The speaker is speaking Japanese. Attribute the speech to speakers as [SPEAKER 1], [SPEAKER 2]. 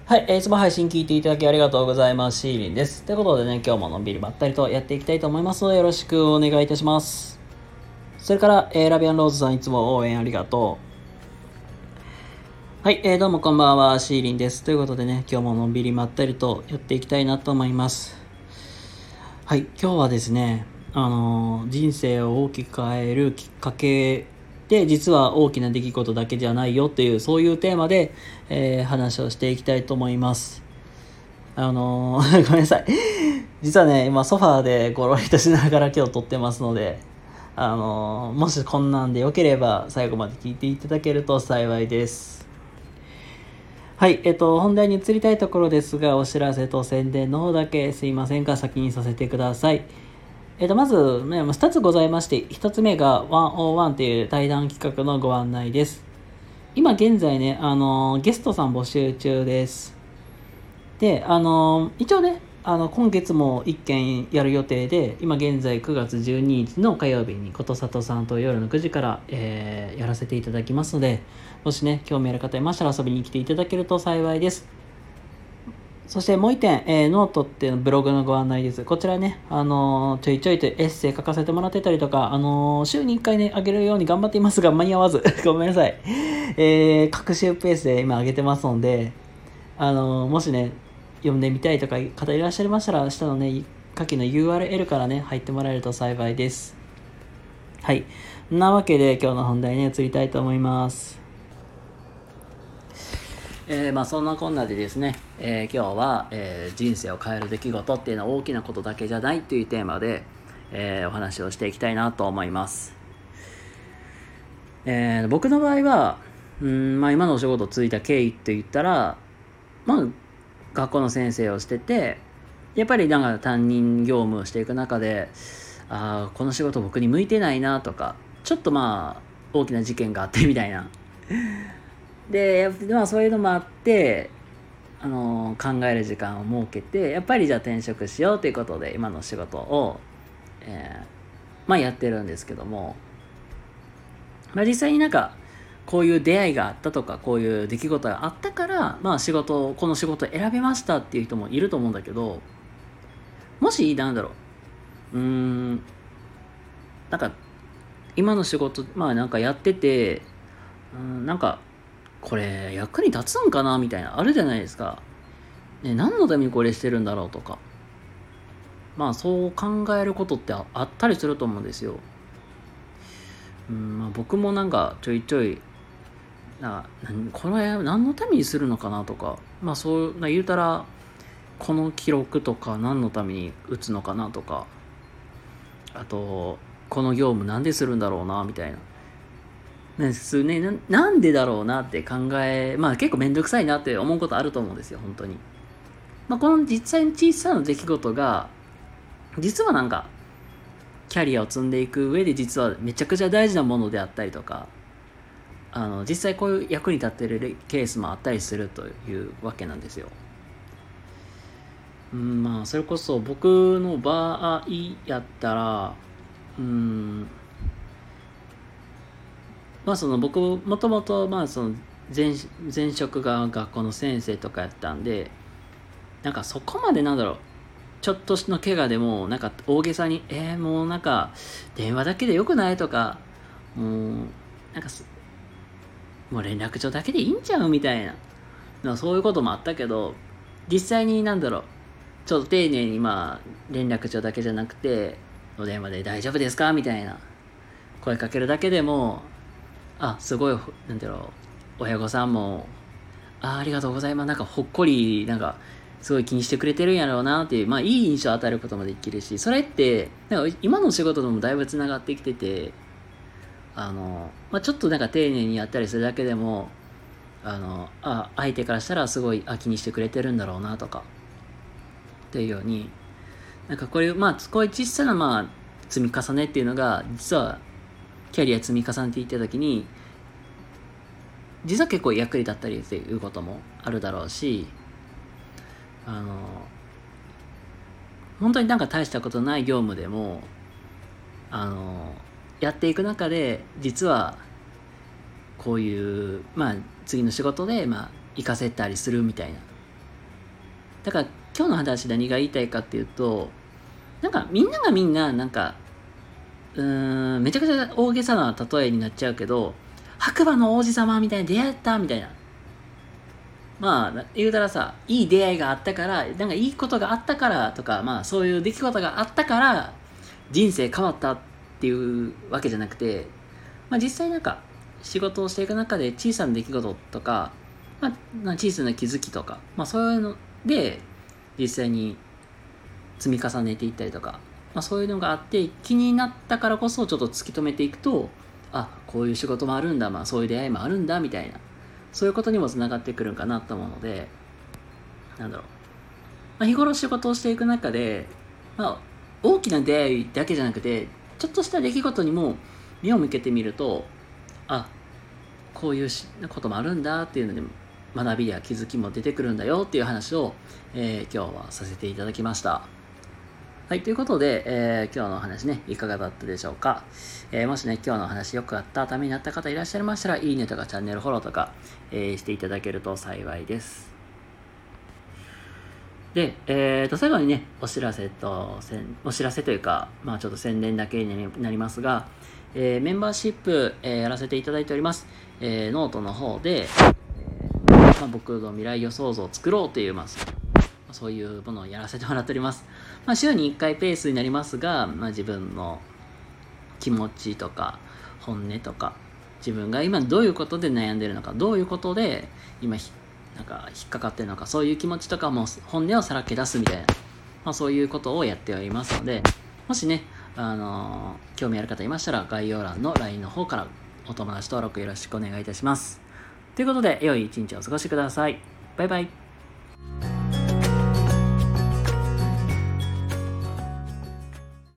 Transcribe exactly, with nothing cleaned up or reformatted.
[SPEAKER 1] はい、えーいつも配信聞いていただきありがとうございます。シーリンです。ということでね、今日ものんびりまったりとやっていきたいと思いますので、よろしくお願いいたします。それから、えーラビアンローズさんいつも応援ありがとう。はい、えーどうもこんばんは、シーリンです。ということでね、今日ものんびりまったりとやっていきたいなと思います。はい、今日はですね、あのー人生を大きく変えるきっかけで、実は大きな出来事だけじゃないよっていう、そういうテーマで、えー話をしていきたいと思います。あのーごめんなさい。実はね、今ソファーでゴロリとしながら今日撮ってますので、あのーもしこんなんでよければ最後まで聞いていただけると幸いです。はい、えっと、本題に移りたいところですが、お知らせと宣伝の方だけすいませんが、先にさせてください。えっと、まず、ね、ふたつございまして、ひとつめがひゃくいちという対談企画のご案内です。今現在ね、あのーゲストさん募集中です。で、あのー一応ね、あの今月もいっけんやる予定で、今現在くがつじゅうににちの火曜日にことさとさんと夜のくじから、えーやらせていただきますので、もしね興味ある方いましたら遊びに来ていただけると幸いです。そしてもう一点、えーノートっていうのブログのご案内です。こちらね、あのーちょいちょいとエッセイ書かせてもらってたりとか、あのー週にいっかいね、あげるように頑張っていますが、間に合わず。ごめんなさい。えー、各週ペースで今上げてますので、あのーもしね、読んでみたいとか方いらっしゃいましたら、下のね、下記の ユーアールエル からね、入ってもらえると幸いです。はい。なわけで、今日の本題に移りたいと思います。えー、まあそんなこんなでですね、えー、今日は、えー、人生を変える出来事っていうのは大きなことだけじゃないというテーマで、えー、お話をしていきたいなと思います。えー、僕の場合は、うんまあ、今のお仕事ついた経緯って言ったら、まあ、学校の先生をしてて、やっぱりなんか担任業務をしていく中で、ああこの仕事僕に向いてないなとか、ちょっとまあ大きな事件があってみたいなで、まあ、そういうのもあって、あのー考える時間を設けて、やっぱりじゃあ転職しようということで今の仕事を、えーまあ、やってるんですけども、まあ、実際になんかこういう出会いがあったとか、こういう出来事があったから、まあ、仕事この仕事を選びましたっていう人もいると思うんだけど、もしなんだろううーんなんか今の仕事まあなんかやってて、うんなんかこれ役に立つんかなみたいなあるじゃないですか、ね、何のためにこれしてるんだろうとか、まあそう考えることってあったりすると思うんですよ。うんまあ、僕もなんかちょいちょいなこれ何のためにするのかなとか、まあそうな言うたらこの記録とか何のために打つのかなとか、あとこの業務なんでするんだろうなみたいな、ねすね、ななんでだろうなって考え、まあ結構めんどくさいなって思うことあると思うんですよ本当に。まあ、この実際に小さな出来事が実はなんかキャリアを積んでいく上で実はめちゃくちゃ大事なものであったりとか、あの実際こういう役に立っているケースもあったりするというわけなんですよ。うんまあそれこそ僕の場合やったら、うんまあその僕もともとまあその前前職が学校の先生とかやったんで、なんかそこまでなんだろうちょっとの怪我でもなんか大げさにえー、もうなんか電話だけでよくないとか、もうなんかもう連絡帳だけでいいんちゃうみたいな、まあそういうこともあったけど、実際になんだろうちょっと丁寧にまあ連絡帳だけじゃなくてお電話で大丈夫ですかみたいな声かけるだけでも、あすごいなんだろう親御さんもあありがとうございますなんかほっこりなんかすごい気にしてくれてるんやろうなっていう、まあいい印象を与えることもできるし、それってなんか今の仕事ともだいぶつながってきてて、あの、まあ、ちょっとなんか丁寧にやったりするだけでも、あのあ相手からしたらすごいあ気にしてくれてるんだろうなとかっていうように、なんかこういうまあこういう小さなまあ積み重ねっていうのが実はキャリア積み重ねていった時に実は結構役に立ったりっていうこともあるだろうし、あの本当になんか大したことない業務でもあのやっていく中で実はこういうまあ次の仕事でまあ活かせたりするみたいな、 だから今日の話何が言いたいかっていうと、なんかみんながみんななんかうーんめちゃくちゃ大げさな例えになっちゃうけど、白馬の王子様みたいに出会ったみたいな、まあ言うたらさ、いい出会いがあったから、なんかいいことがあったからとか、まあそういう出来事があったから人生変わったっていうわけじゃなくて、まあ実際なんか仕事をしていく中で小さな出来事とか、まあ小さな気づきとか、まあそういうので実際に積み重ねていったりとか、まあそういうのがあって気になったからこそちょっと突き止めていくと、あ、こういう仕事もあるんだ、まあそういう出会いもあるんだみたいな、そういうことにもつながってくるんかなと思うので、なんだろう、まあ、日頃仕事をしていく中で、まあ大きな出会いだけじゃなくて、ちょっとした出来事にも目を向けてみると、あ、こういうこともあるんだっていうので学びや気づきも出てくるんだよっていう話を、えー、今日はさせていただきました。はい、ということで、えー、今日のお話ね、いかがだったでしょうか。えー、もしね、今日のお話よくあった、ためになった方いらっしゃいましたら、いいねとかチャンネルフォローとか、えー、していただけると幸いです。で、えーと、最後にね、お知らせと、お知らせというか、まあちょっと宣伝だけになりますが、えー、メンバーシップ、えー、やらせていただいております。えー、ノートの方で、えーまあ、僕の未来予想図を作ろうという、まあ、そういうものをやらせてもらっております。まあ、週にいっかいペースになりますが、まあ、自分の気持ちとか本音とか、自分が今どういうことで悩んでるのか、どういうことで今なんか引っかかってるのか、そういう気持ちとかも本音をさらけ出すみたいな、まあ、そういうことをやっておりますので、もしね、あのー、興味ある方いましたら概要欄の ライン の方からお友達登録よろしくお願いいたします。ということで、良い一日をお過ごしください。バイバイ。